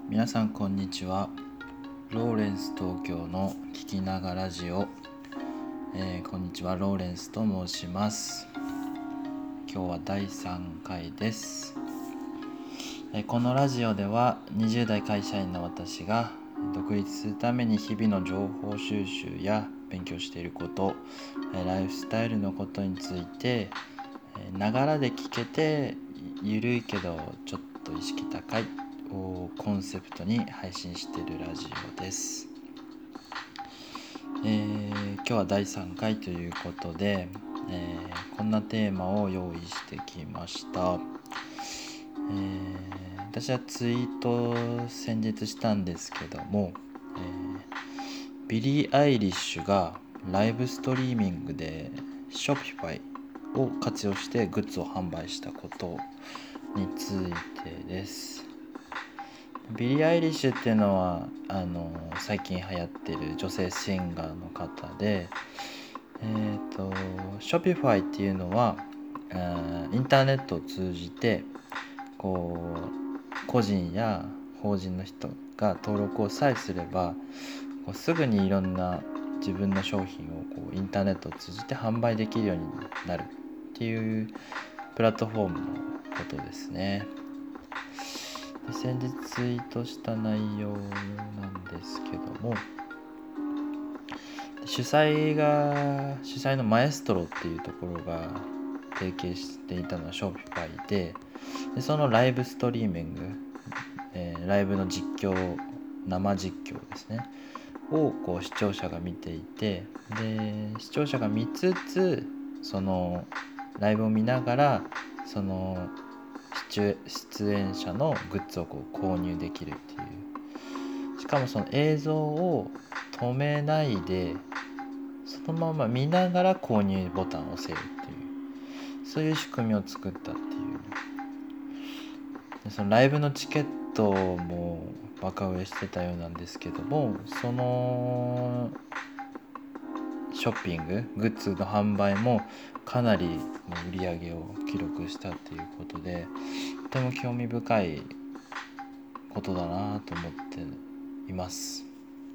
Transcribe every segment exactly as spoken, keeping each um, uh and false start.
皆さんこんにちは。ローレンス東京の聞きながラジオ、えー、こんにちは、ローレンスと申します。今日はだいさんかいです。えー、このラジオではにじゅう代会社員の私が独立するために日々の情報収集や勉強していること、えー、ライフスタイルのことについてながらで聞けてゆるいけどちょっと意識高いをコンセプトに配信しているラジオです。えー、今日はだいさんかいということで、えー、こんなテーマを用意してきました。えー、私はツイート先日したんですけども、えー、ビリー・アイリッシュがライブストリーミングで Shopify を活用してグッズを販売したことについてです。ビリー・アイリッシュっていうのはあの最近流行ってる女性シンガーの方で、えーと Shopify っていうのはインターネットを通じてこう個人や法人の人が登録をさえすればこうすぐにいろんな自分の商品をこうインターネットを通じて販売できるようになるっていうプラットフォームのことですね。で先日ツイートした内容なんですけども、主催が主催のマエストロっていうところが提携していたのは Shopify で、でそのライブストリーミング、えー、ライブの実況生実況ですねをこう視聴者が見ていて、で視聴者が見つつそのライブを見ながらその出演者のグッズをこう購入できるっていう、しかもその映像を止めないでそのまま見ながら購入ボタンを押せるっていう、そういう仕組みを作ったっていう。でそのライブのチケットもバカ売れしてたようなんですけども、そのショッピンググッズの販売もかなりの売り上げを記録したということで、とても興味深いことだなと思っています。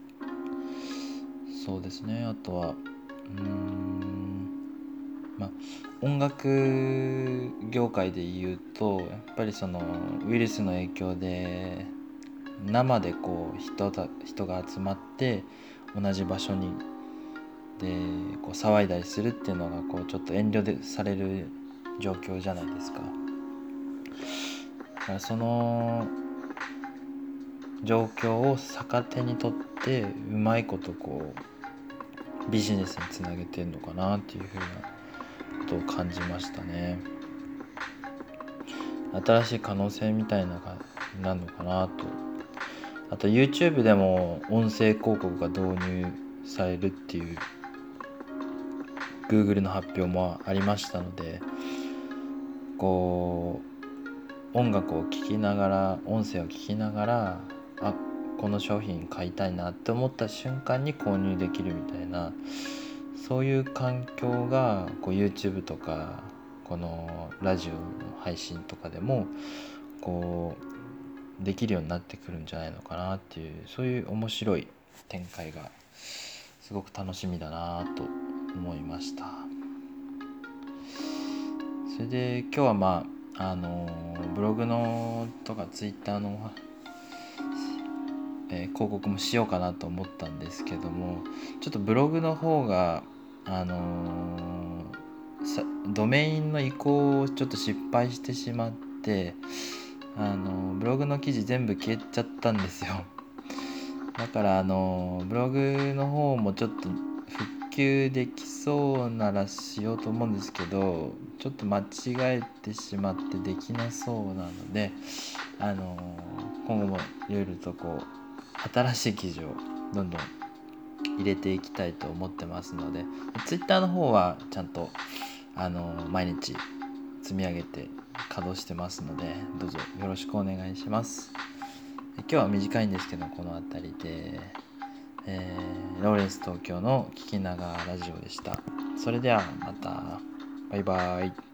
そうですね。あとはうーんまあ音楽業界で言うとやっぱりそのウイルスの影響で生でこう 人, だ人が集まって同じ場所にでこう騒いだりするっていうのがこうちょっと遠慮でされる状況じゃないですか。だからその状況を逆手にとってうまいことこうビジネスにつなげてるのかなっていうふうなことを感じましたね。新しい可能性みたいな感じになるのかなと。あと YouTube でも音声広告が導入されるっていう Google の発表もありましたので、こう音楽を聴きながら音声を聞きながらあこの商品買いたいなって思った瞬間に購入できるみたいな、そういう環境がこう YouTube とかこのラジオの配信とかでもこうできるようになってくるんじゃないのかなっていう、そういう面白い展開がすごく楽しみだなと思いました。それで今日はまああのブログのとかツイッターの、えー、広告もしようかなと思ったんですけども、ちょっとブログの方があのー、ドメインの移行をちょっと失敗してしまって、あのブログの記事全部消えちゃったんですよ。だからあのブログの方もちょっと復旧できそうならしようと思うんですけど、ちょっと間違えてしまってできなそうなので、あの今後もいろいろとこう新しい記事をどんどん入れていきたいと思ってますので、ツイッターの方はちゃんとあの毎日積み上げて稼働してますので、どうぞよろしくお願いします。今日は短いんですけどこの辺りで、えー、ローレンス東京の聞きながらラジオでした。それではまた。バイバイ。